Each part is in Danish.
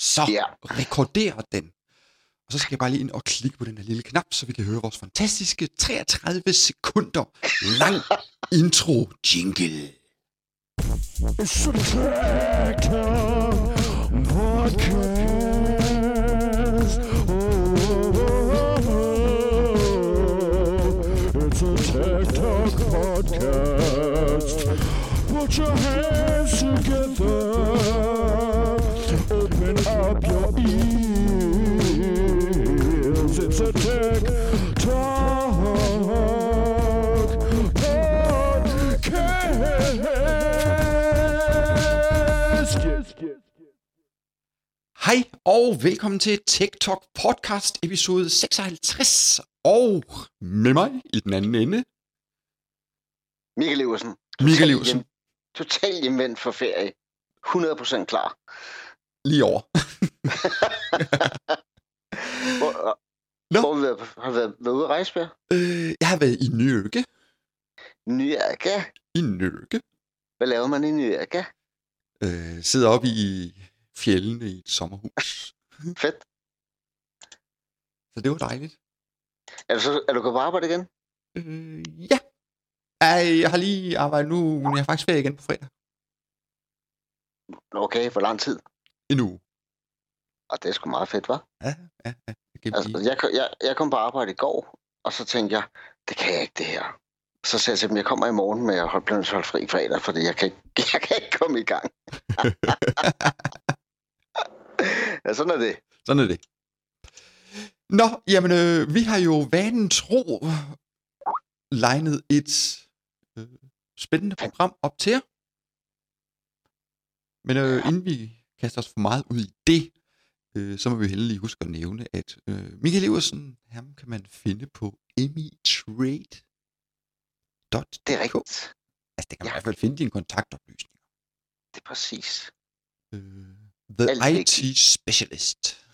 Så Ja. rekorder den. Og så skal jeg bare lige ind og klikke på den her lille knap, så vi kan høre vores fantastiske 33 sekunder lang intro jingle. It's a TikTok podcast. It's a TikTok podcast. Put your hands together. Open up your ears. It's a TikTok podcast. Hej og velkommen til TikTok podcast episode 56. Og med mig i den anden ende, Michael Iversen. Michael Iversen. Totalt hjemvendt for ferie. 100% klar. Lige over. Nå. Hvor har vi været ude at rejse, Per? Jeg har været i Nørke. Nyrke. I Nørke. Hvad laver man i Nyrke? Sidder oppe i fjellene i et sommerhus. Fedt. Så det var dejligt. Er du gået på arbejde igen? Ja. Ej, jeg har lige arbejdet nu, men jeg har faktisk ferie igen på fredag. Okay, hvor lang tid? En uge. Og det er sgu meget fedt, hva'? Ja. Jeg kom på arbejde i går, og så tænkte jeg, det kan jeg ikke det her. Så sagde jeg til dem, jeg kommer i morgen med at holde fri fredag, fordi jeg kan ikke komme i gang. Ja, sådan er det. Sådan er det. Nå, jamen, vi har jo vanen tro legnet et spændende program op til jer. Men inden vi kaster os for meget ud i det, så må vi heller lige huske at nævne, at Michael Iversen, ham kan man finde på emitrade.dk. Det er rigtigt. Altså, det kan man i hvert fald finde dine kontaktoplysninger. Det er præcis. The Alt IT vigtigt. Specialist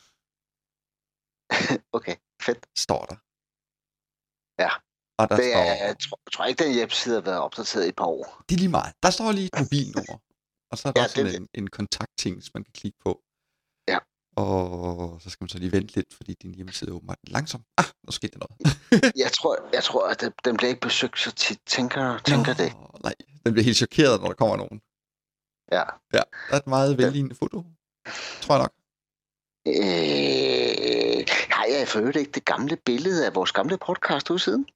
Okay, fedt. står der. Ja. Og der Det står... er, jeg tror ikke, den hjemmeside har været opdateret i et par år. Det er lige meget. Der står lige et mobilnummer. Og så er der Ja, også det er sådan en kontaktting, som man kan klikke på. Ja. Og så skal man så lige vente lidt, fordi din hjemmeside er åbenbart langsom. Nu skete der noget. Jeg tror at den bliver ikke besøgt så tit. Tænker det. Nej, den bliver helt chokeret, når der kommer nogen. Ja. Ja, der er et meget vellignende foto. Tror jeg nok. Har jeg for øvrigt ikke det gamle billede af vores gamle podcast ude siden?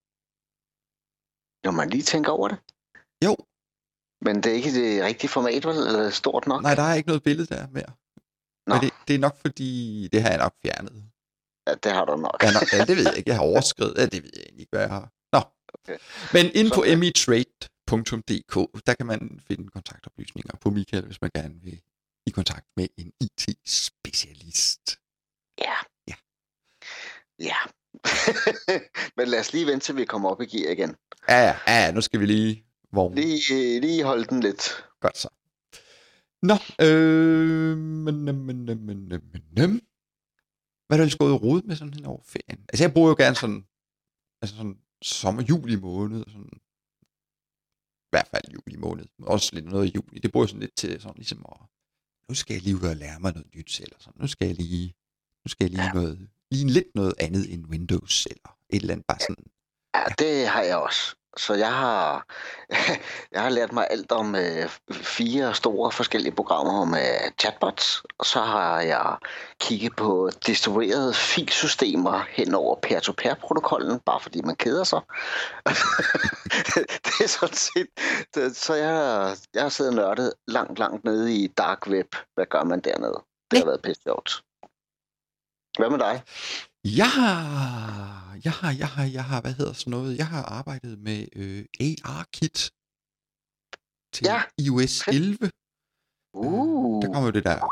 Når man lige tænker over det. Jo. Men det er ikke det rigtige format, vel? Eller stort nok? Nej, der er ikke noget billede der mere. Nå. Men det er nok fordi, det har jeg nok fjernet. Ja, det har du nok. Ja, det ved jeg ikke. Jeg har overskrevet. Ja, det ved jeg egentlig ikke, hvad jeg har. Nå. Okay. Men inde på Sådan. emitrade.dk, der kan man finde kontaktoplysninger på Michael, hvis man gerne vil i kontakt med en IT-specialist. Ja. Ja. Ja. Men lad os lige vente, til vi kommer op i gear igen. Ja, nu skal vi lige vågne. Lige holde den lidt. Godt så. Nå, hvad er du ellers gået i rode med sådan hen over ferien? Altså, jeg bruger jo gerne sådan sommer-juli måned, sådan, i hvert fald juli måned, også lidt noget i juni. Det bruger jeg sådan lidt til sådan ligesom at, nu skal jeg lige ud og lære mig noget nyt, eller sådan, nu skal jeg lige lidt noget andet end Windows, eller et eller andet bare sådan. Ja, det har jeg også. Så jeg har lært mig alt om 4 store forskellige programmer med chatbots, og så har jeg kigget på distribuerede filsystemer hen over peer-to-peer-protokollen, bare fordi man keder sig. Det er sådan set. Så jeg har siddet nørdet langt nede i dark web. Hvad gør man dernede? Det har været pisse sjovt. Hvad med dig? Jeg har, hvad hedder sådan noget? Jeg har arbejdet med AR-kit til iOS 11. Der kommer jo det der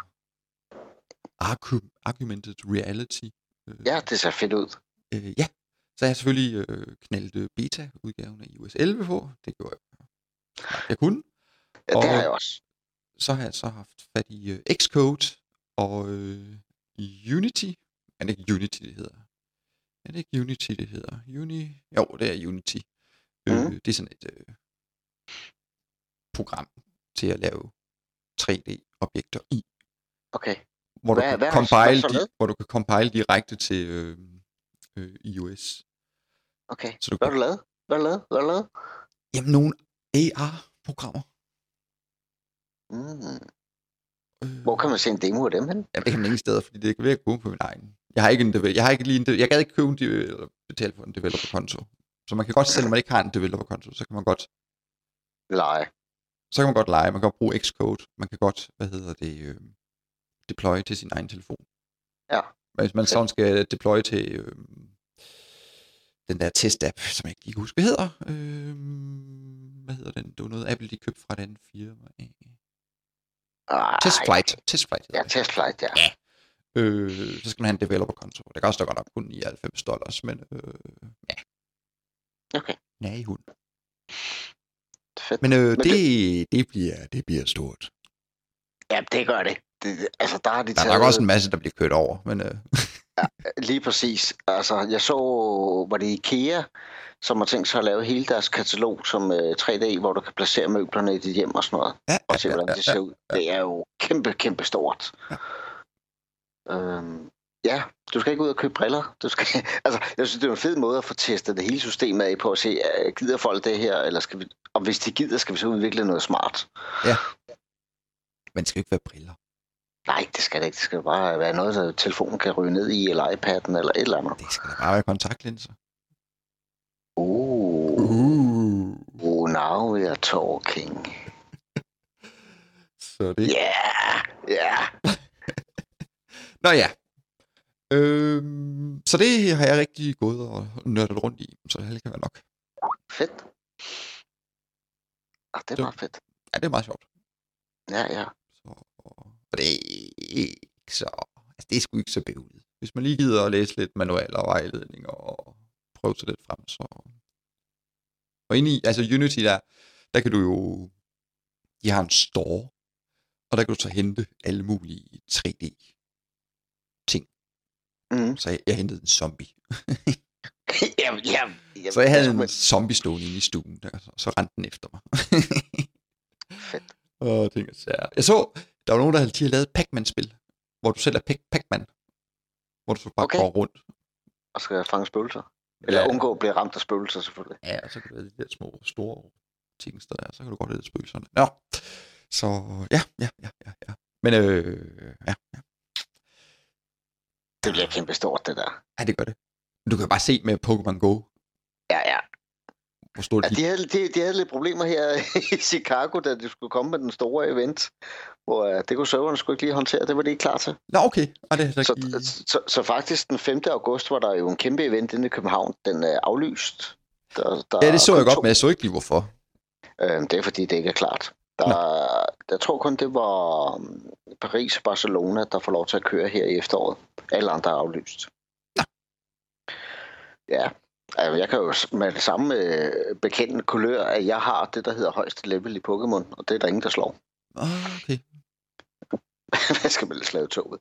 Augmented Reality. Ja, det ser fedt ud. Ja, så jeg har selvfølgelig knaldet beta-udgaven af iOS 11 på. Det gjorde jeg kunne. Ja, det har jeg også. Så har jeg så haft fat i Xcode og Unity. Men det er ikke Unity, det hedder. Er det ikke Unity, det hedder? Jo, det er Unity. Det er sådan et program til at lave 3D-objekter i. Okay. hvor, Hvad har du så lavet? hvor du kan compile direkte til iOS. Okay, Så du hvad har du lavet? Hvad har du lavet? Jamen, nogle AR-programmer. Hvor kan man se en demo af dem hen? Jeg ved ikke ingen steder, fordi det kan være gå på min egen. Jeg gad ikke købe eller betale for en developer-konto. Så man kan godt, selvom man ikke har en developer-konto, så kan man godt lege. Man kan godt bruge Xcode. Man kan godt, deploy til sin egen telefon. Ja. Hvis man sådan skal deploy til den der test-app, som jeg ikke lige kan huske, hvad hedder. Hvad hedder den? Det var noget Apple, de købte fra et andet firma. Testflight. Ja, Testflight, ja. Så skal man have en developer-konto. Det koster godt nok kun $99, men ja. Okay. Nej, i hund. Fedt. Men det bliver stort. Ja, det gør det. Altså, der har de der er nok også en masse, der bliver kørt over, men... Ja, lige præcis. Altså, jeg så, var det IKEA, som har tænkt sig at lave hele deres katalog som 3D, hvor du kan placere møblerne i dit hjem og sådan noget. Og se, hvordan det ser ud. Det er jo kæmpe stort. Ja, du skal ikke ud og købe briller. Jeg synes, det er en fed måde at få testet det hele systemet af på at se, gider folk det her, eller skal vi... Og hvis de gider, skal vi så udvikle noget smart. Ja. Men det skal ikke være briller. Nej, det skal det ikke. Det skal bare være noget, der telefonen kan ryge ned i, eller iPad'en, eller et eller andet. Det skal da bare være kontaktlinser. Now we are talking. Så det... Yeah. Nå ja. Så det har jeg rigtig gået og nørdet rundt i, så det kan være nok. Fedt. Det er meget fedt. Ja, det er meget sjovt. Ja. Og det er ikke så... Altså, det er sgu ikke så bøvlet. Hvis man lige gider at læse lidt manualer og vejledninger og prøve sig lidt frem, så... Og inde i, altså Unity, der kan du jo... De har en store, og der kan du så hente alle mulige 3D-ting. Så jeg hentede en zombie. Så jeg havde en zombie stående inde i stuen, så rendte den efter mig. Fedt. Og ting, jeg så, der var nogen, der havde lavet Pac-Man-spil, hvor du selv er Pac-Man, hvor du så bare går rundt. Og skal fange spøgelser. Eller undgå at blive ramt af spøgelser, selvfølgelig. Ja, og så kan det være de der små, store ting, der så kan du godt lide spøgelserne. Nå, så ja. Men ja. Det bliver kæmpe stort, det der. Ja, det gør det. Du kan bare se med Pokémon Go. Ja. Hvor stort de havde lidt problemer her i Chicago, da de skulle komme med den store event. Hvor det kunne serverne skulle ikke lige håndtere. Det var de ikke klar til. Nå, okay. Så faktisk den 5. august var der jo en kæmpe event inde i København. Den er aflyst. Det så jeg godt, men jeg så ikke lige hvorfor. Det er fordi, det ikke er klart. Jeg tror kun, det var Paris og Barcelona, der får lov til at køre her i efteråret. Alle andre er aflyst. Nå. Ja. Altså, jeg kan jo med det samme bekendte kulør, at jeg har det, der hedder højeste level i Pokémon, og det er der ingen, der slår. Okay. Hvad skal man lade toget?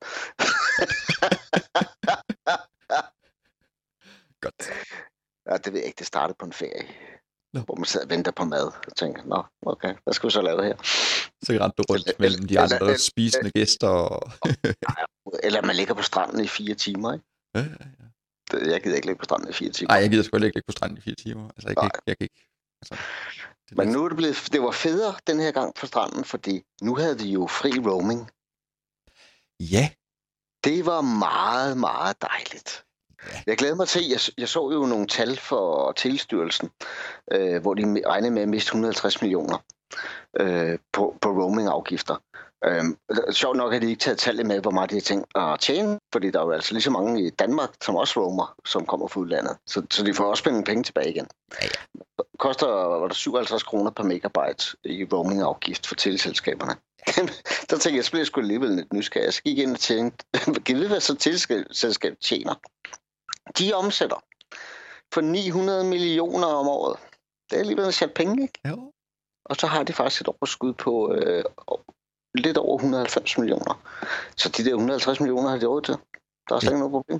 Godt. Ja, det ved jeg ikke. Det startede på en ferie, hvor man sidder og venter på mad. Og tænker, okay, hvad skal vi så lave her? Så rendte du rundt mellem de andre spisende gæster. Eller man ligger på stranden i 4 timer, ikke? Ja. Jeg gider ikke ligge på stranden i 4 timer. Nej, jeg gider sgu ikke ligge på stranden i 4 timer. Altså, jeg kan ikke. Altså, men nu er det var federe den her gang på stranden, fordi nu havde de jo fri roaming. Ja. Det var meget, meget dejligt. Ja. Jeg glæder mig til, jeg så jo nogle tal for Telestyrelsen, hvor de regnede med at miste 150 millioner på roaming-afgifter. Sjovt nok har de ikke taget tallet med, hvor meget de har tænkt at tjene, fordi der er jo altså lige så mange i Danmark, som også roamer, som kommer fra udlandet. Så de får også penge tilbage igen. Ja. Det koster 57 kroner per megabyte i roaming-afgift for teleselskaberne. Der tænkte jeg, jeg skulle alligevel lidt nysgerrig. Så gik jeg ind og tænkte, kan vi hvad så teleselskab tjener? De omsætter for 900 millioner om året. Det er alligevel en chat penge, ikke? Jo. Og så har de faktisk et overskud på lidt over 190 millioner. Så de der 150 millioner har de råd til. Der er slet ikke noget problem.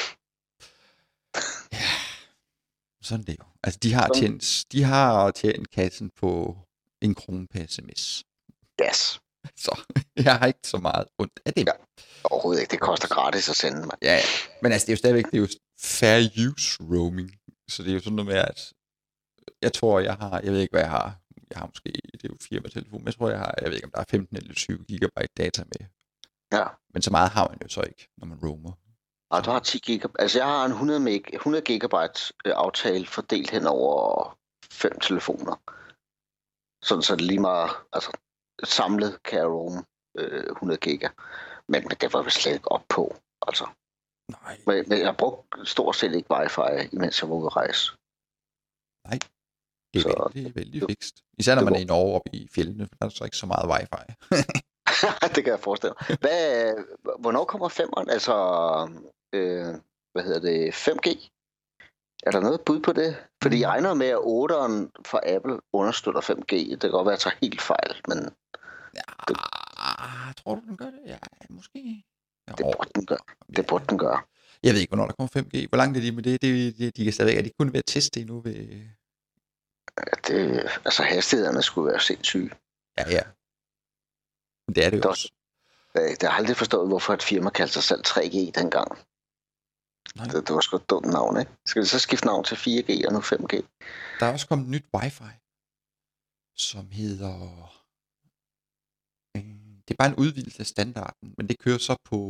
Ja, sådan det jo. Altså, de har tjent kassen på 1 krone per sms. Yes. Så jeg har ikke så meget ondt af det. Ja. overhovedet ikke. Det koster gratis at sende, mand. Ja, men altså, det er jo stadigvæk, det er jo fair use roaming. Så det er jo sådan noget med, at jeg tror, jeg ved ikke, hvad jeg har. Jeg har måske, det er jo firma-telefon, men jeg tror, jeg ved ikke, om der er 15 eller 20 gigabyte data med. Ja. Men så meget har man jo så ikke, når man roamer. Og du har 10 gigabyte. Altså, jeg har en 100 gigabyte aftale fordelt hen over 5 telefoner. Sådan så det lige meget, altså samlet kan jeg roam 100 giga. Men det var vi slet ikke op på, altså. Nej. Men jeg brugte stort set ikke wifi, imens jeg var ude at rejse. Nej. Det er Så, vældig fikst. Især når man er i Norge oppe i fjellene, for der er så ikke så meget wifi. det kan jeg forestille mig. Hvornår kommer 5'eren? Altså, hvad hedder det? 5G? Er der noget bud på det? Fordi jeg regner med, at 8'eren fra Apple understøtter 5G. Det kan godt være, at jeg tager helt fejl, men... Ja, tror du, den gør det? Ja, måske. Ja, det burde den gøre. Det burde den gøre. Jeg ved ikke, hvornår der kommer 5G. Hvor langt er de med det? De kan stadigvæk. Er de kun ved at teste endnu ved... Altså, hastighederne skulle være sindssyge. Ja. Men det er det jo også. Jeg har aldrig forstået, hvorfor et firma kaldte sig selv 3G dengang. Det var sgu et dumt navn, ikke? Skal det så skifte navn til 4G og nu 5G? Der er også kommet et nyt wifi, som hedder... Det er bare en udvidelse af standarden, men det kører så på...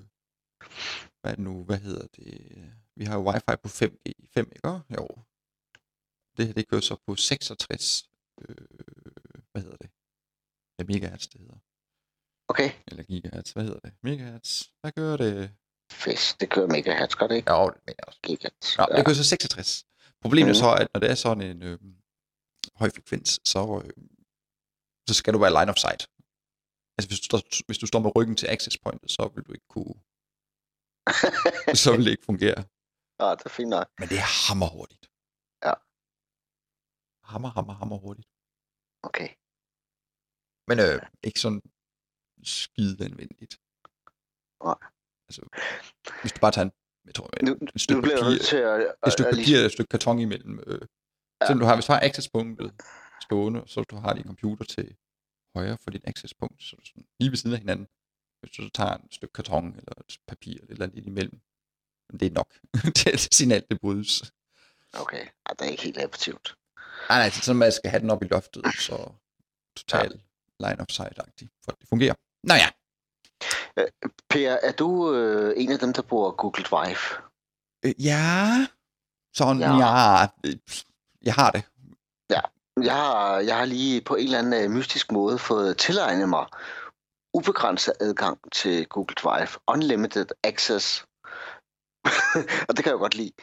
Hvad hedder det? Vi har jo wifi på 5G. 5, ikke? Jo. Det her, det kører så på 66... hvad hedder det? Ja, megahertz, det hedder. Okay. Eller gigahertz, hvad hedder det? Megahertz, hvad kører det? Fisk, det kører megahertz, gør det ikke? Ja, det mener jeg også. Gigahertz. Ja, det kører så 66. Problemet er så, at når det er sådan en høj frekvens, så skal du være line of sight. Altså hvis du står med ryggen til access pointet, så vil du ikke kunne... så vil det ikke fungere. Ja, det er fint nok. Men det er hammerhurtigt. Ja. Hammer hurtigt. Okay. Men ikke sådan skide anvendeligt. Nej. Altså, hvis du bare tager et stykke papir og et stykke karton imellem. Hvis du har accesspunktet stående, så du har din computer til højre for dit accesspunkt, så du sådan lige ved siden af hinanden. Hvis du så tager et stykke karton eller et papir eller lidt imellem, det er nok til at signalet det brydes. Okay, det er ikke helt effektivt. Nej, det er sådan, at man skal have den op i loftet, så totalt line of sight-agtigt, for at det fungerer. Nå ja. Per, er du en af dem, der bruger Google Drive? Ja. Sådan, jeg har det. Ja, jeg har lige på en eller anden mystisk måde fået tilegnet mig ubegrænset adgang til Google Drive. Unlimited access. Og det kan jeg jo godt lide.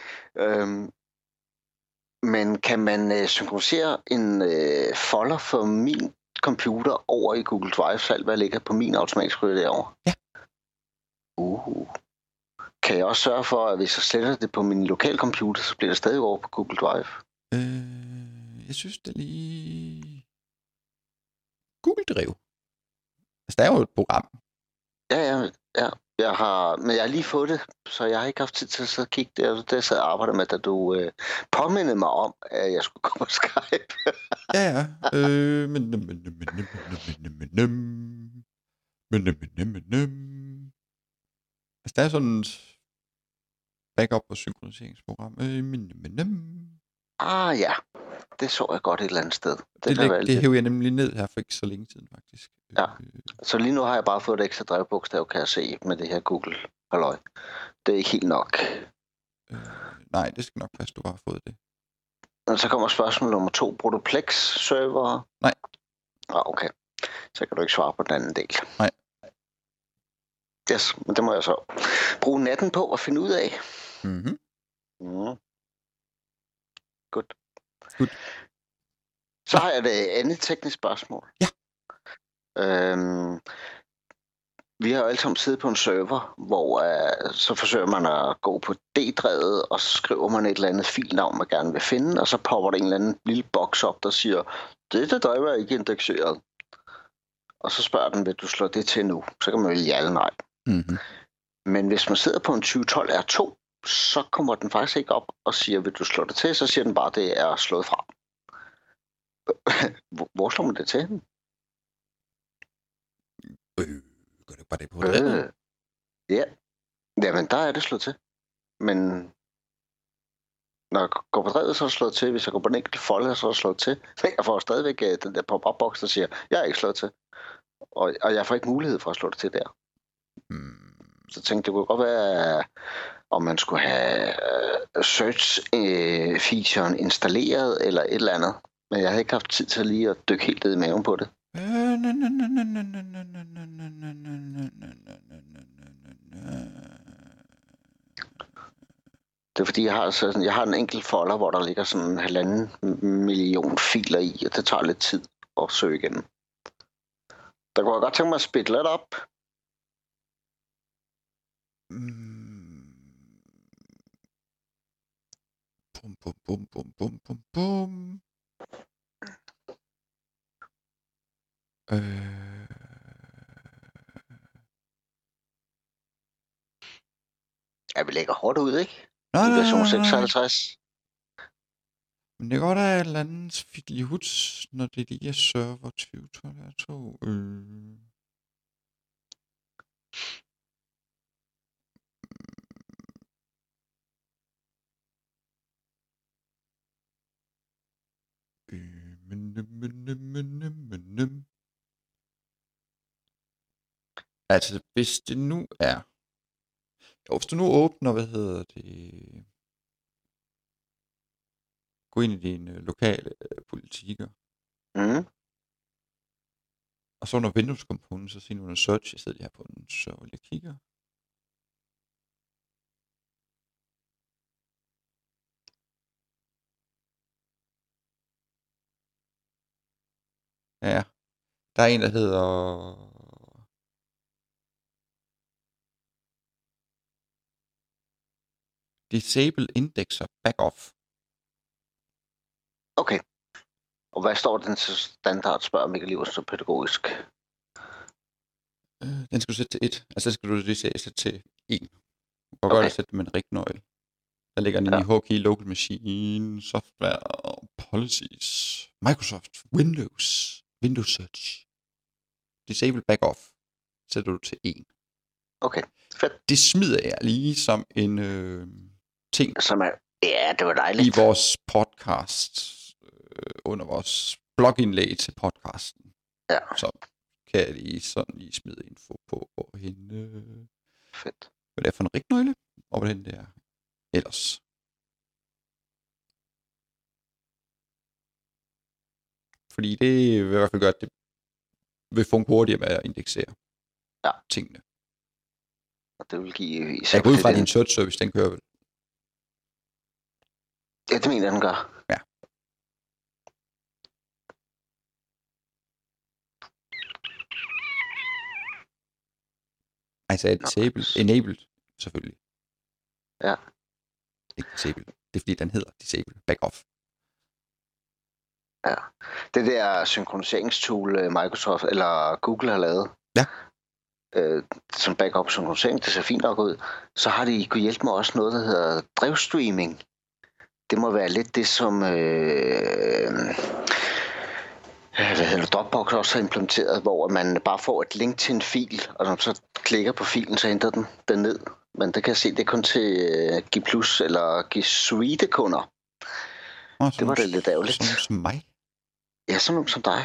Men kan man synkronisere en folder for min computer over i Google Drive, så alt hvad ligger på min automatisk ryger derovre? Ja. Kan jeg også sørge for, at hvis jeg sletter det på min lokale computer, så bliver det stadig over på Google Drive? Jeg synes det lige... Google Drive. Altså, der er jo et program. Ja. Men jeg har lige fået det, så jeg har ikke haft tid til at sidde og kigge der. Det jeg sad og arbejdede med, da du påmindede mig om, at jeg skulle komme på Skype. Ja. Altså, der er sådan et backup- og synkroniseringsprogram. Ja. Det så jeg godt et eller andet sted. Det hæver jeg nemlig ned her for ikke så længe siden, faktisk. Ja, så lige nu har jeg bare fået et ekstra drevbogstav, kan jeg se, med det her Google halløj. Det er ikke helt nok. Nej, det skal nok passe, du har fået det. Og så kommer spørgsmål nummer 2. Bruger du Plex-server? Nej. Okay. Så kan du ikke svare på den anden del. Nej. Yes, men det må jeg så bruge natten på at finde ud af. Mhm. Godt. Good. Så har jeg et andet teknisk spørgsmål. Ja. Vi har jo alle sammen siddet på en server, hvor så forsøger man at gå på D-drevet, og så skriver man et eller andet filnavn, man gerne vil finde, og så popper der en eller anden lille boks op, der siger, dette drev er ikke indekseret. Og så spørger den, vil du slå det til nu? Så kan man vælge ja eller nej. Mm-hmm. Men hvis man sidder på en 2012 R2, så kommer den faktisk ikke op og siger, vil du slå det til? Så siger den bare, det er slået fra. Hvor slår man det til? Gør det bare det på det? Jamen, der er det slået til. Men når jeg går på drevet, så er det slået til. Hvis jeg går på den enkelte folder, så er det slået til. Men jeg får stadigvæk den der pop-up-boks, der siger, jeg er ikke slået til. Og jeg får ikke mulighed for at slå det til der. Så tænkte det kunne godt være, om man skulle have search-featuren installeret eller et eller andet. Men jeg havde ikke haft tid til lige at dykke helt ned i maven på det. Det er fordi, jeg har en enkelt folder, hvor der ligger sådan 1,5 million filer i, og det tager lidt tid at søge igennem. Der kunne jeg godt tænke mig at splitte lidt op. Bum, bum, bum, bum, bum, bum, bum. Ja, vi lægger hårdt ud, ikke? Nej, I version nej, nej, nej. 56. Men det kan godt være et eller andet figlihuts, når det lige er server 2012 er 2. Altså, hvis det nu er... Jo, hvis du nu åbner, gå ind i dine lokale politikker, og så under Windows Components, så siger du under Search, jeg sidder her på den server, jeg kigger. Ja, der er en, der hedder... Disable Indexer Backoff. Okay. Og hvad står den til standard, spørger Michael Iversen pædagogisk? Den skal du sætte til 1. Altså, den skal du lige sætte til 1. Og godt at sætte det med en rigtig nøgle. Der ligger den i HKey Local Machine, Software, Policies, Microsoft, Windows Search. Disable Backoff sætter du til 1. Okay, fedt. Det smider jeg lige som en ting. Som er, ja, det var dejligt. I vores podcast, under vores blogindlæg til podcasten. Ja. Så kan jeg lige smide info på, hvorhen... Fedt. Hvad det er for en rignøgle, og hvordan det er ellers. Fordi det vil i hvert fald gøre, at det vil fungere hurtigere med at indeksere tingene. Og det vil give... Jeg går ud fra, din search service, den kører vel? Ja, det mener jeg, den gør. Ja. Altså enabled, selvfølgelig. Ja. Ikke disabled. Det er fordi, den hedder disable, backoff. Ja. Det der synkroniseringstool, Microsoft eller Google har lavet, som backup synkronisering, det ser fint nok ud, så har de kunne hjælpe mig også noget, der hedder drevstreaming. Det må være lidt det, som Dropbox også har implementeret, hvor man bare får et link til en fil, og når man så klikker på filen, så henter den ned. Men det kan jeg se, det er kun til G Plus eller G Suite kunder. Det var det lidt ærgerligt. Sådan som mig? Ja, sådan som dig.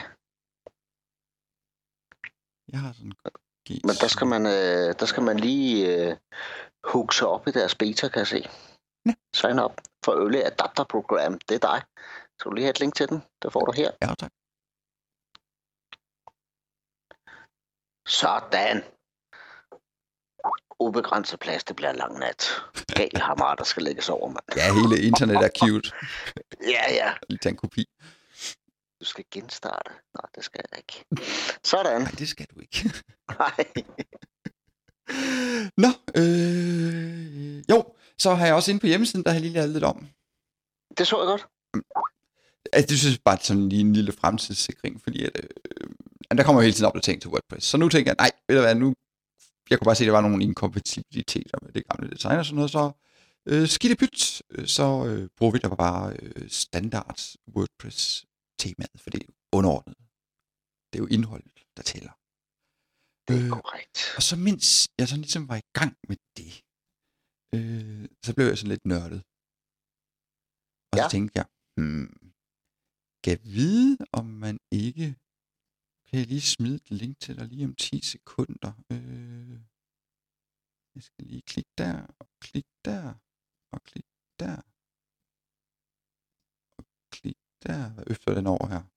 Jeg har sådan men der skal man lige hooke sig op i deres beta, kan jeg se. Ja. Sign up for Early Adapter Program. Det er dig. Så du lige have et link til den. Det får du her. Ja, tak. Sådan. Ubegrænset plads, det bliver en lang nat. Gal hammer, der skal lægges over, mand. Ja, hele internetarkivet. Ja. Lige tage en kopi. Du skal genstarte. Nej, det skal jeg ikke. Sådan. Nej, det skal du ikke. Nej. Nå, jo, så har jeg også inde på hjemmesiden, der har jeg lige lavet lidt om. Det så jeg godt. Altså, det synes jeg bare sådan lige en lille fremtidssikring, fordi at, der kommer jo hele tiden opdatering til WordPress. Så nu tænker jeg, nej, ved du hvad, nu, jeg kunne bare se, at der var nogle inkompatibiliteter med det gamle design og sådan noget, så skidt pyt, så bruger vi der bare standard WordPress-temaet, for det er underordnet. Det er jo indholdet, der tæller. Det er korrekt. Og så mens jeg sådan ligesom var i gang med det, så blev jeg sådan lidt nørdet. Og så tænkte jeg, kan jeg vide, om man ikke... Kan jeg lige smide et link til dig lige om 10 sekunder? Jeg skal lige klikke der, og klikke der, og klikke der. Og klikke der. Hvad øfter den over her?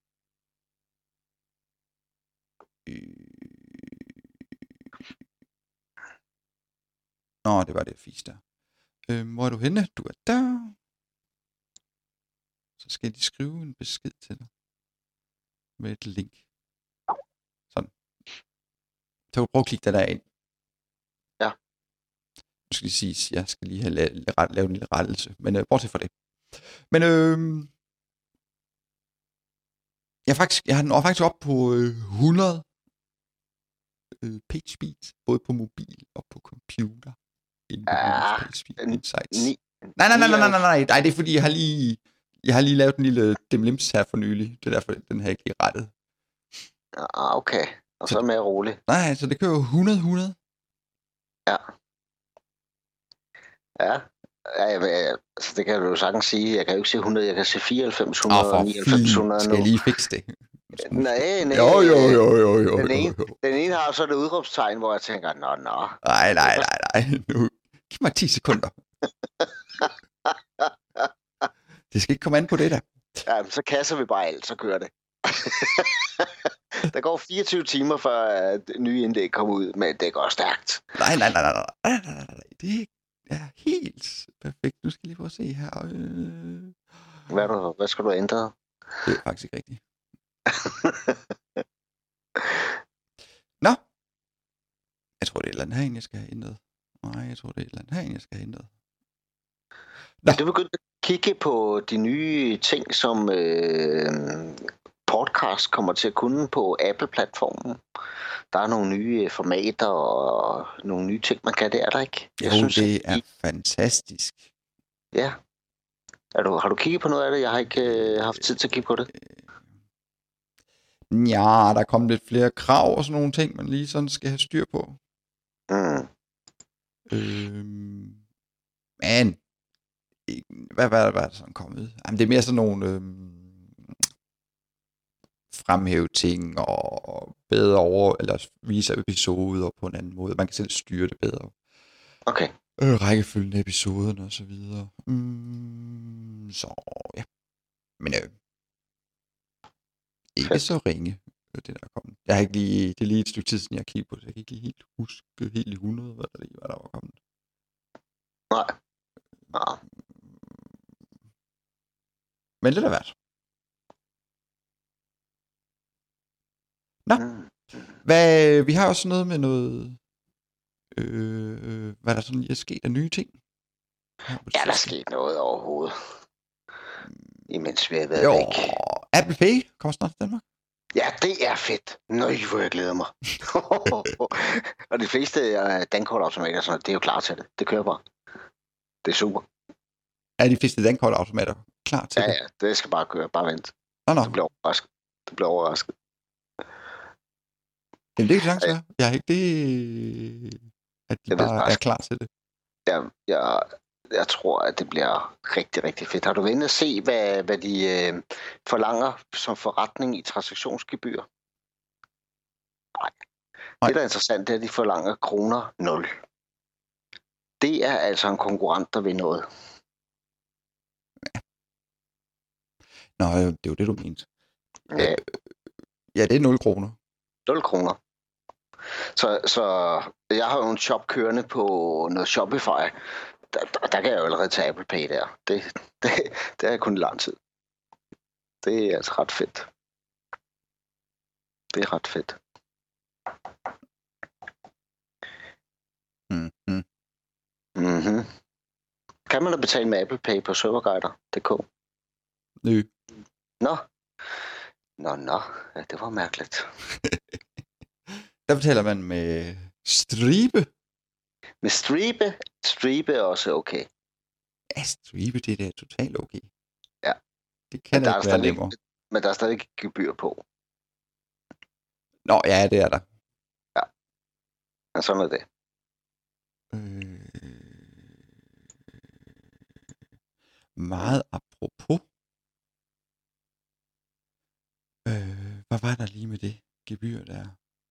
Nå, det var det fis der. Hvor er du henne? Du er der. Så skal de skrive en besked til dig. Med et link. Sådan. Så kan du prøve at klikke der ind. Ja. Nu skal de sige, jeg skal lige have lavet en lille rettelse. Men bortset fra det. Men jeg har den faktisk op på 100 page speed. Både på mobil og på computer. Nej, det er fordi, jeg har lige lavet en lille demlims her for nylig. Det er derfor, den her ikke lige rettet. Okay. Og så mere roligt. Nej, så det kører jo 100. Ja. Ja. Så det kan du jo sagtens sige. Jeg kan jo ikke se 100, jeg kan se 94, 100 og 99, 100 nu. Skal jeg lige fikse det? Nej. Jo. Den ene har så et udråbstegn, hvor jeg tænker, nå. Nej. Nu. Giv mig 10 sekunder. Det skal ikke komme an på det der. Ja, så kasser vi bare alt, så kører det. Der går 24 timer, før nye indlæg kommer ud, men det går stærkt. Nej. Det er helt perfekt. Nu skal jeg lige prøve at se her. Hvad skal du ændre? Det er faktisk ikke rigtigt. Nå. Jeg tror, det er et eller andet herinde, jeg skal have ændret. Nej, jeg tror, det er et eller andet herinde, jeg skal have ændret. Nå. Du begyndte at kigge på de nye ting, som podcast kommer til at kunne på Apple-platformen. Der er nogle nye formater og nogle nye ting, man kan. Det er der ikke? Jeg synes, det er fantastisk. Ja. Har du kigget på noget af det? Jeg har ikke haft tid til at kigge på det. Ja, der er kommet lidt flere krav og sådan nogle ting, man lige sådan skal have styr på. Men hvad er der sådan kommet? Jamen, det er mere sådan nogle fremhæve ting og bedre eller vise episoder på en anden måde. Man kan selv styre det bedre. Okay. Rækkefølgen af episoderne og så videre. Så ja. Men ikke så ringe, det der er kommet. Jeg har ikke lige, det er lige et stykke tid siden, jeg har kigget på det. Jeg kan ikke lige helt huske helt i 100, hvad der var kommet. Nej. Men lidt af hvert. Nå. Vi har også noget med noget... hvad der sådan lige er sket af nye ting. Ja, der er sket noget overhovedet. Imens vi har været væk. Apple Pay kommer snart til Danmark. Ja, det er fedt. Nøj, hvor jeg glæder mig. Og de fleste dankortautomater, sådan, det er jo klar til det. Det kører bare. Det er super. Er de fleste dankortautomater klar til det? Ja, det skal bare køre. Bare vent. Nå. Du bliver overrasket. Jamen, det er ikke langt, så. Jeg har ikke det, at de bare er klar til det. Ja, jeg tror, at det bliver rigtig, rigtig fedt. Har du været inde at se, hvad de forlanger som forretning i transaktionsgebyr? Nej. Det, der er interessant, det er, at de forlanger kroner 0. Det er altså en konkurrent, der vil noget. Nå, det er jo det, du mente. Ja, det er 0 kroner. 0 kroner. Så jeg har jo en shop kørende på noget Shopify. Der kan jeg jo allerede tage Apple Pay der. Det er kun lang tid. Det er altså ret fedt. Det er ret fedt. Kan man da betale med Apple Pay på serverguider.dk? Nå. Ja, det var mærkeligt. Der betaler man med Stripe. Med Stripe? Stripe er også okay. Ja, Stripe, det er totalt okay. Ja. Det kan ikke være nemmere. Men der er stadig gebyr på. Nå, ja, det er der. Ja. Men sådan er det. meget apropos. Hvad var der lige med det gebyr der?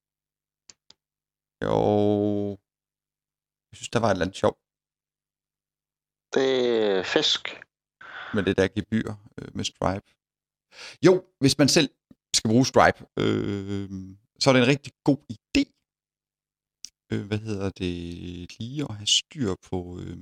Jo, jeg synes, der var et eller andet sjovt Det er fisk. med det der gebyr med Stripe. Jo, hvis man selv skal bruge Stripe, så er det en rigtig god idé. Lige at have styr på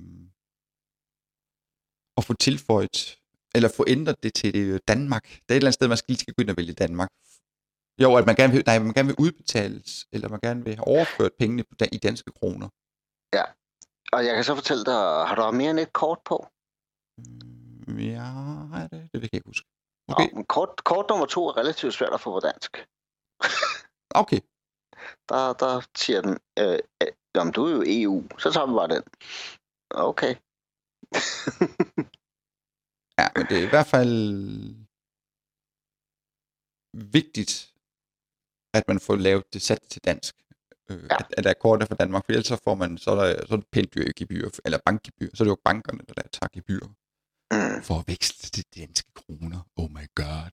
at få tilføjet, eller få ændret det til Danmark. Der er et eller andet sted, man lige skal gå ind og vælge Danmark. Jo, at man gerne vil udbetales, eller man gerne vil have overført pengene i danske kroner. Ja, og jeg kan så fortælle dig, har du mere end et kort på? Ja, det vil jeg ikke huske. Okay. Ja, kort nummer 2 er relativt svært at få på dansk. Okay. Der siger den, jamen du er jo EU, så tager vi bare den. Okay. Ja, men det er i hvert fald vigtigt, at man får lavet det sat til dansk. At der er kortet for Danmark, for ellers så er det pænt gebyr, eller bankgebyr, så er det jo bankerne, der tager gebyr for at veksle til danske kroner. Oh my god.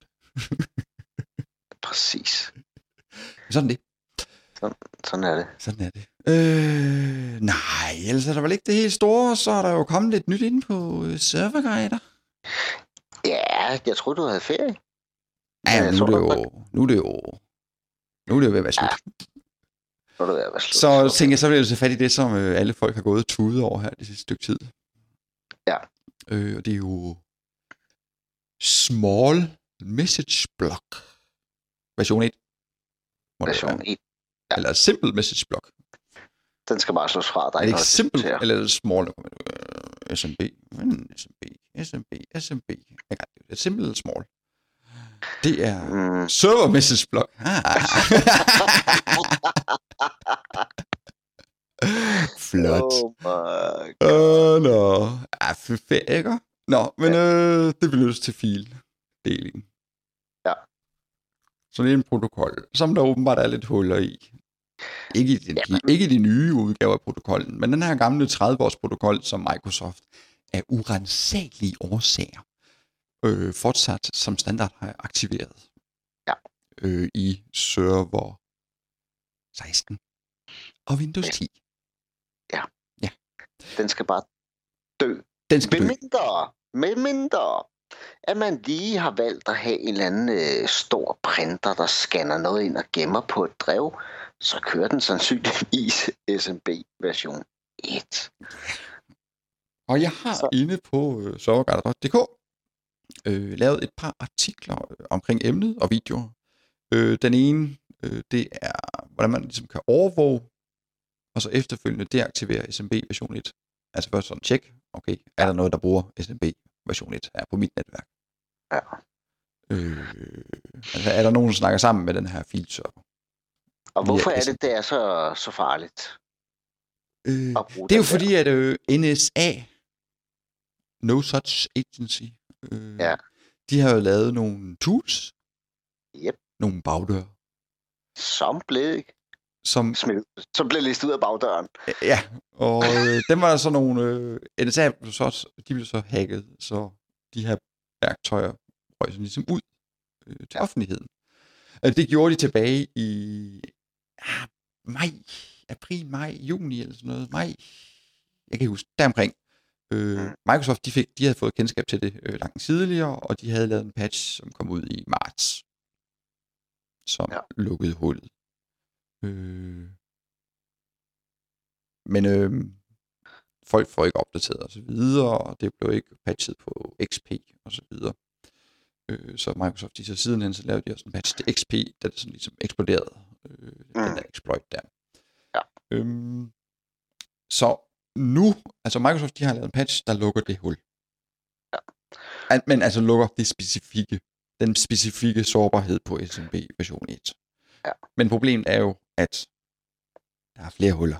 Præcis. Sådan det. Sådan er det. Sådan er det. Nej, ellers er der vel ikke det helt store, så er der jo kommet lidt nyt inde på serverguider. Ja, jeg troede, du havde ferie. Ja, nu er det jo ved at være slut. Så tænker jeg, så vil jeg tage fat i det, som alle folk har gået og tudet over her det sidste stykke tid. Ja. Og det er jo Small Message Block. Version 1. Version 1. Ja. Eller Simple Message Block. Den skal bare slås fra. Der er det ikke simple, eller er det small? SMB. Det er simple eller small. Det er server message block. Flot. Nå. Fedt, ikke? Nå, men det benyttes til fildeling. Ja. Så det er en protokol, som der åbenbart er lidt huller i. Ikke i de nye udgaver af protokollen, men den her gamle 30-års protokol, som Microsoft af urensagelige årsager fortsat som standard har aktiveret. Ja. I server 16 og Windows 10. Ja. Ja. Den skal bare dø. Med mindre, at man lige har valgt at have en eller anden stor printer, der scanner noget ind og gemmer på et drev, så kører den sandsynligvis SMB version 1. Og jeg har inde på serverguider.dk lavet et par artikler omkring emnet og videoer. Den ene, det er, hvordan man ligesom kan overvåge, og så efterfølgende deaktivere SMB version 1. Altså først sådan tjek, okay, er der noget, der bruger SMB version 1 her på mit netværk? Ja. Altså er der nogen, der snakker sammen med den her filserver? Og hvorfor er det er så farligt? Det er jo fordi, at NSA, No Such Agency, de har jo lavet nogle tools, nogle bagdøre, som blev listet ud af bagdøren. Ja, og dem var der så nogle NSA, de blev så hacket, så de her værktøjer røg så ligesom ud til offentligheden. Det gjorde de tilbage i april, maj, juni eller sådan noget. Maj, jeg kan ikke huske, deromkring. Microsoft, de havde fået kendskab til det langt tidligere, og de havde lavet en patch, som kom ud i marts, som lukkede hullet. Men folk får ikke opdateret og så videre, og det blev ikke patchet på XP og så videre. Så Microsoft, de så sidenhen, så lavede de også en patch til XP, da det sådan ligesom eksploderede, den der exploit der. Ja. Så nu, altså Microsoft, de har lavet en patch, der lukker det hul. Ja. Men altså lukker den specifikke sårbarhed på SMB version 1. Ja. Men problemet er jo, at der er flere huller.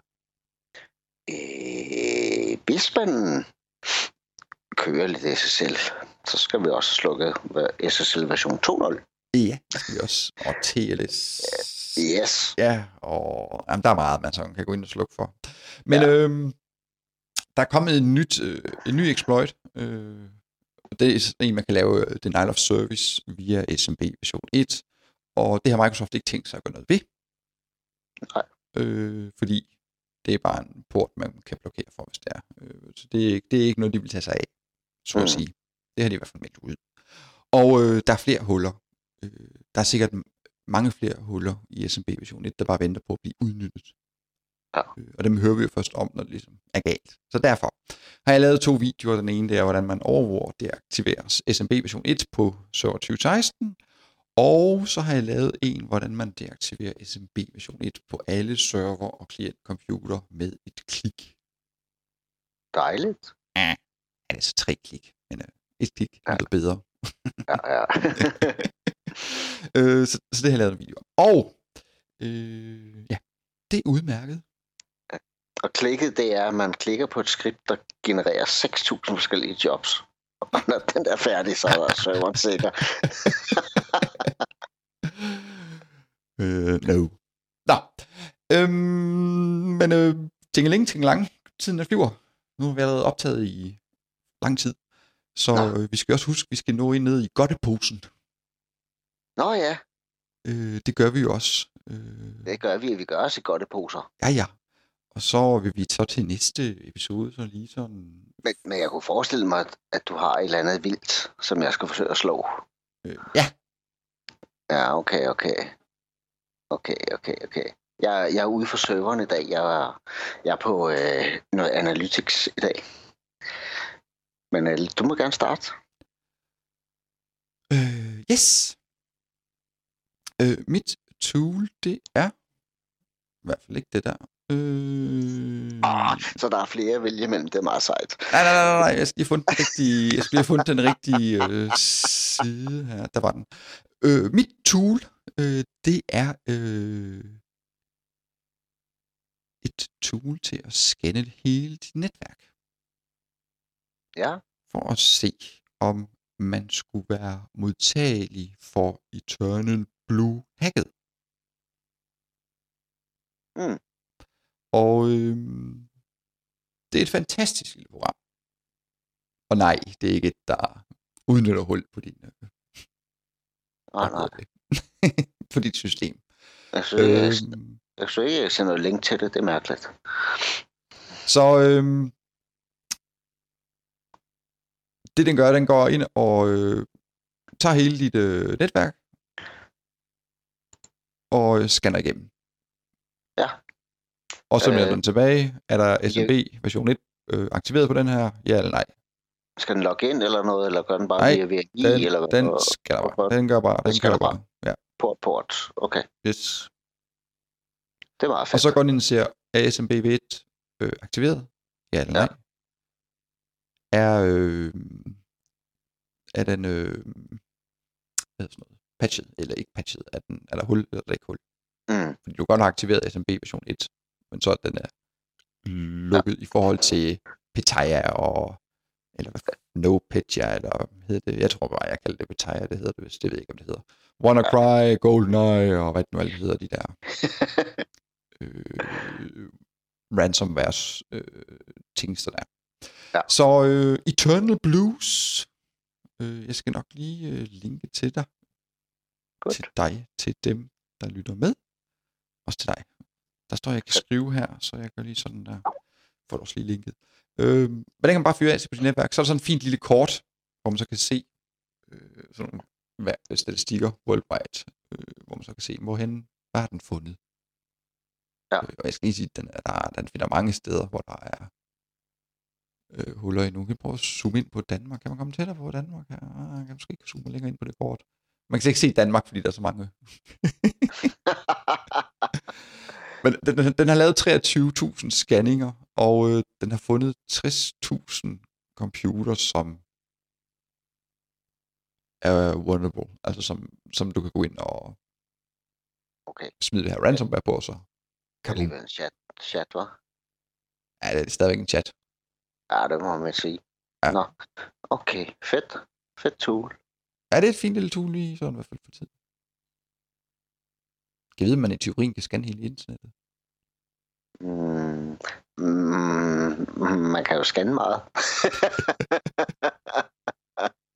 Hvis man kører lidt SSL, så skal vi også slukke SSL version 2.0. Ja, det skal vi også. Og TLS. Yes. Ja, og der er meget, man så kan gå ind og slukke for. Men der er kommet en ny exploit, Og det er sådan en, man kan lave denial of service via SMB version 1. Og det har Microsoft ikke tænkt sig at gøre noget ved. Nej. Fordi det er bare en port, man kan blokere for, hvis det er. Så det er ikke noget, de vil tage sig af, så at sige. Det har de i hvert fald meldt ud. Og der er flere huller. Der er sikkert mange flere huller i SMB version 1, der bare venter på at blive udnyttet. Ja. Og dem hører vi jo først om, når det ligesom er galt. Så derfor har jeg lavet 2 videoer. Den ene, det er, hvordan man overvåger det aktiveres SMB version 1 på server 2016. Og så har jeg lavet en, hvordan man deaktiverer SMB version 1 på alle server og klientcomputer med et klik. Dejligt. Ja, det er så 3 klik, men et klik er lidt bedre. Ja. Så det har jeg lavet en video om. Og ja, det er udmærket. Og klikket, det er, at man klikker på et skript, der genererer 6.000 forskellige jobs. Og når den er færdig, så er serveren sikker. No. Nå. Men tingeling, tiden der flyver. Nu har vi allerede optaget i lang tid. Så vi skal også huske, at vi skal nå ind ned i godteposen. Nå ja. Det gør vi jo også. Det gør vi. Vi gør også i godteposer. Ja. Og så vil vi så til næste episode, så lige sådan... Men jeg kunne forestille mig, at du har et eller andet vildt, som jeg skal forsøge at slå. Ja. Ja, okay. Jeg er ude for serveren i dag. Jeg er på noget analytics i dag. Men du må gerne starte. Yes. Mit tool, det er i hvert fald ikke det der. Så der er flere at vælge imellem. Det er meget sejt. Nej. Jeg skal lige have fundet den rigtige side her. Der var den. Mit tool, det er et tool til at scanne hele dit netværk. Ja. For at se, om man skulle være modtagelig for Eternal Blue hacket. Og det er et fantastisk lille program. Og nej, det er ikke et, der udnytter hul på din Nej. på dit system. Jeg synes ikke, jeg sender noget link til det. Det er mærkeligt. Så det den gør, den går ind og tager hele dit netværk og scanner igennem. Ja. Og så melder den tilbage. Er der SMB version 1 aktiveret på den her? Ja eller nej? Skal den logge ind eller noget, eller gør den bare via VNI? Den scanner bare. Den gør bare. Ja. Port. Okay. Yes. Det er meget fedt. Og så går den ind og ser, er SMB 1 aktiveret? Ja eller nej? Er den hvad sådan noget, patchet eller ikke patchet? Er der hul eller ikke hul? Fordi du godt har aktiveret SMB version 1, men så den er lukket i forhold til Petya og eller NoPetya, eller hvad hedder det? Jeg tror bare, jeg kalder det Petya, det hedder det vist. Det ved jeg ikke, om det hedder. WannaCry, GoldenEye, og hvad det nu alt hedder, de der ransomware tingster der. Ja. Så Eternal Blues, jeg skal nok lige linke til dig. Godt. Til dig, til dem, der lytter med. Også til dig. Der står, jeg kan skrive her, så jeg gør lige sådan der. Får du også lige linket. Men den kan man bare fyre af på sit netværk. Så er der sådan en fint lille kort, hvor man så kan se sådan nogle statistikker worldwide, hvor man så kan se, hvad har den fundet. Ja. Og jeg skal lige sige, at den finder mange steder, hvor der er huller i. Nu kan vi prøve at zoome ind på Danmark. Kan man komme tættere på Danmark her? Jeg kan måske ikke zoome længere ind på det kort. Man kan ikke se Danmark, fordi der er så mange. Men den har lavet 23.000 scanninger, og den har fundet 60.000 computer, som er vulnerable. Altså som du kan gå ind og smide det her ransomware på, så kan det være en chat, hva'? Ja, det er stadigvæk en chat. Ja, det må man sige. Ja. Nå, okay, fedt tool. Ja, det er et fint lille tool lige sådan i hvert fald for tiden. Kan vide, at man i teorien kan scanne hele internettet? Man kan jo scanne meget.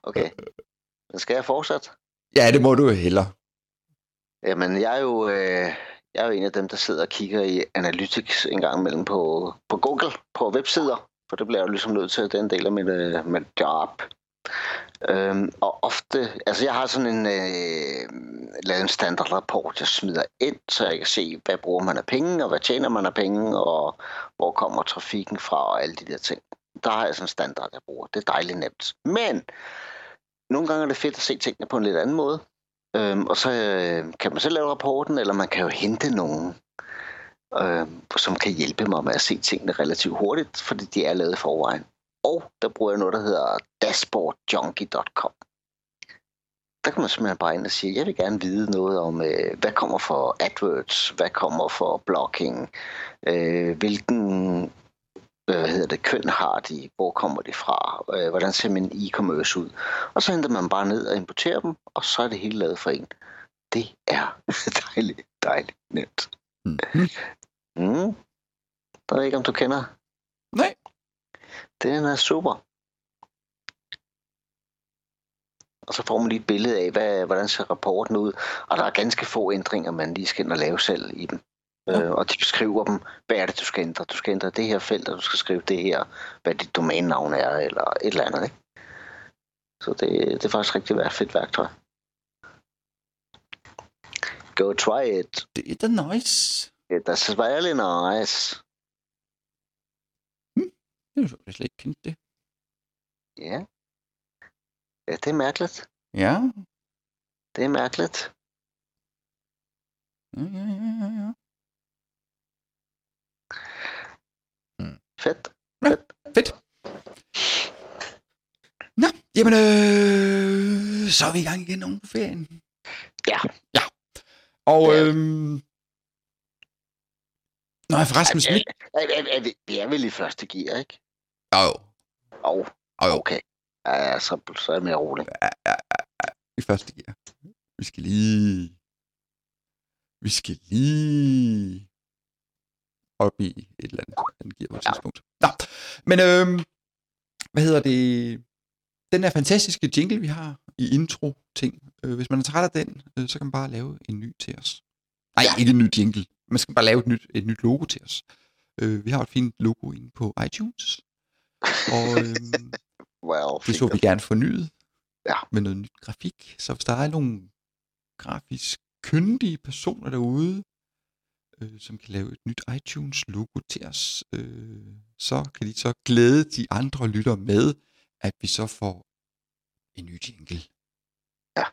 Okay. Men skal jeg fortsætte? Ja, det må du hellere. Jamen, jeg er jo en af dem, der sidder og kigger i Analytics en gang imellem på Google, på websider. For det bliver jeg jo ligesom nødt til, at det er en del af mit job. Og ofte, altså jeg har sådan lavet en standardrapport, jeg smider ind, så jeg kan se, hvad bruger man af penge, og hvad tjener man af penge, og hvor kommer trafikken fra, og alle de der ting. Der har jeg sådan en standard, jeg bruger. Det er dejligt nemt. Men nogle gange er det fedt at se tingene på en lidt anden måde. Og så kan man selv lave rapporten, eller man kan jo hente nogen, som kan hjælpe mig med at se tingene relativt hurtigt, fordi de er lavet i forvejen. Og der bruger jeg noget, der hedder dashboardjunkie.com. Der kan man simpelthen bare ind og sige, jeg vil gerne vide noget om, hvad kommer for AdWords, hvad kommer for blocking, hvilken køn har de, hvor kommer de fra, hvordan ser min e-commerce ud. Og så henter man bare ned og importerer dem, og så er det hele lavet for en. Det er dejligt nemt. Der ved ikke, om du kender. Nej. Den er super. Og så får man lige et billede af, hvordan ser rapporten ud. Og der er ganske få ændringer, man lige skal ind og lave selv i dem. Og de beskriver dem, hvad er det, du skal ændre. Du skal ændre det her felt, og du skal skrive det her, hvad dit domænenavn er, eller et eller andet. Ikke? Så det er faktisk rigtig fedt værktøj. Go try it. Det er da nice. That's really nice. Jeg har slet ikke kendt det. Ja. Ja, det er mærkeligt. Ja. Det er mærkeligt. Ja. Fedt. Fedt. Nå, jamen så er vi i gang igen oven på ferien. Ja. Og nå, forresten smidt. Vi er vel i første gear, ikke? Jo. Okay. Ja, så er det mere roligt. Ja. I første gear. Vi skal lige op i et eller andet gear på et tidspunkt. Nå, men hvad hedder det? Den her fantastiske jingle, vi har i intro-ting. Hvis man er træt af den, så kan man bare lave en ny til os. Nej, ikke en ny jingle. Man skal bare lave et nyt logo til os. Vi har et fint logo inde på iTunes. Og det så vi gerne fornyet med noget nyt grafik. Så hvis der er nogle grafisk kyndige personer derude, som kan lave et nyt iTunes-logo til os, så kan de så glæde de andre lyttere med, at vi så får en ny jingle. Ja.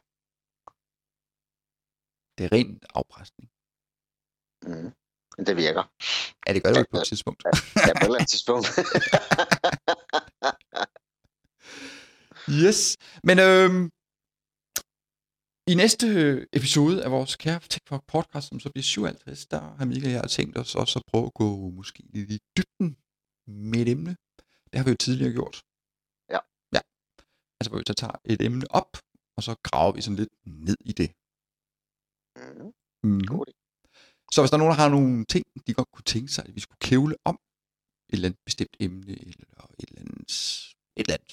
Det er ren afpresning. Men det virker. Ja, det gør det på et tidspunkt. Ja, på et eller andet tidspunkt. Yes. Men i næste episode af vores kære TechFox podcast, som så bliver 57, der har Michael og jeg tænkt os også at prøve at gå måske lidt i dybden med et emne. Det har vi jo tidligere gjort. Ja. Altså hvor vi så tager et emne op, og så graver vi sådan lidt ned i det. God. Så hvis der er nogen, der har nogle ting, de godt kunne tænke sig, at vi skulle kævle om, et eller andet bestemt emne, eller et eller andet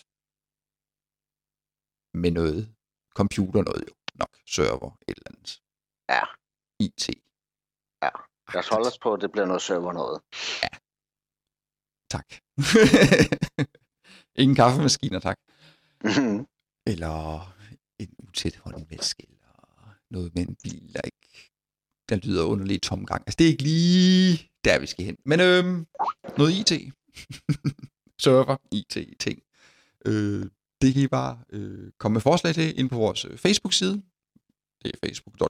med noget computer, noget jo nok, server, et eller andet. Ja. IT. Ja, lad os holde os på, at det bliver noget server noget. Ja. Tak. Ingen kaffemaskiner, tak. Eller en utæt håndvask, eller noget med en bil, der lyder underligt tomgang. Altså, det er ikke lige der, vi skal hen. Men noget IT. Server, IT-ting. Det kan I bare komme med forslag til inde på vores Facebook-side. Det er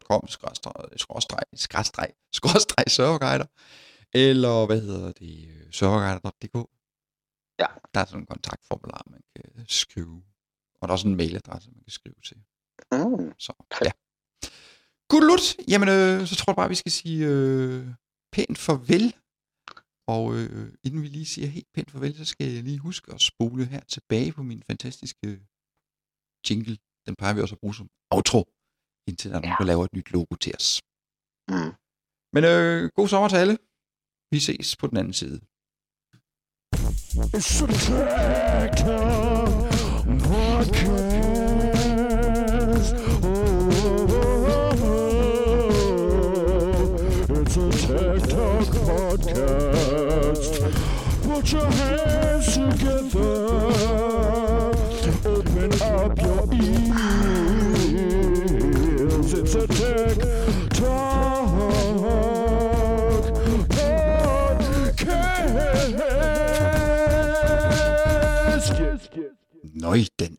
facebook.com/serverguider. Eller serverguider.dk. Ja. Der er sådan en kontaktformular, man kan skrive. Og der er også en mailadresse, man kan skrive til. Så ja. Gudlut. Jamen, så tror jeg bare, vi skal sige pænt farvel. Og inden vi lige siger helt pænt farvel, så skal jeg lige huske at spole her tilbage på min fantastiske jingle. Den plejer vi også at bruge som outro, indtil der er nogen, der laver et nyt logo til os. Men god sommer til alle. Vi ses på den anden side. It's podcast. It's a Tech Talk podcast. Put your hands together. Open up your ears. It's a Tech Talk podcast. Nøj, den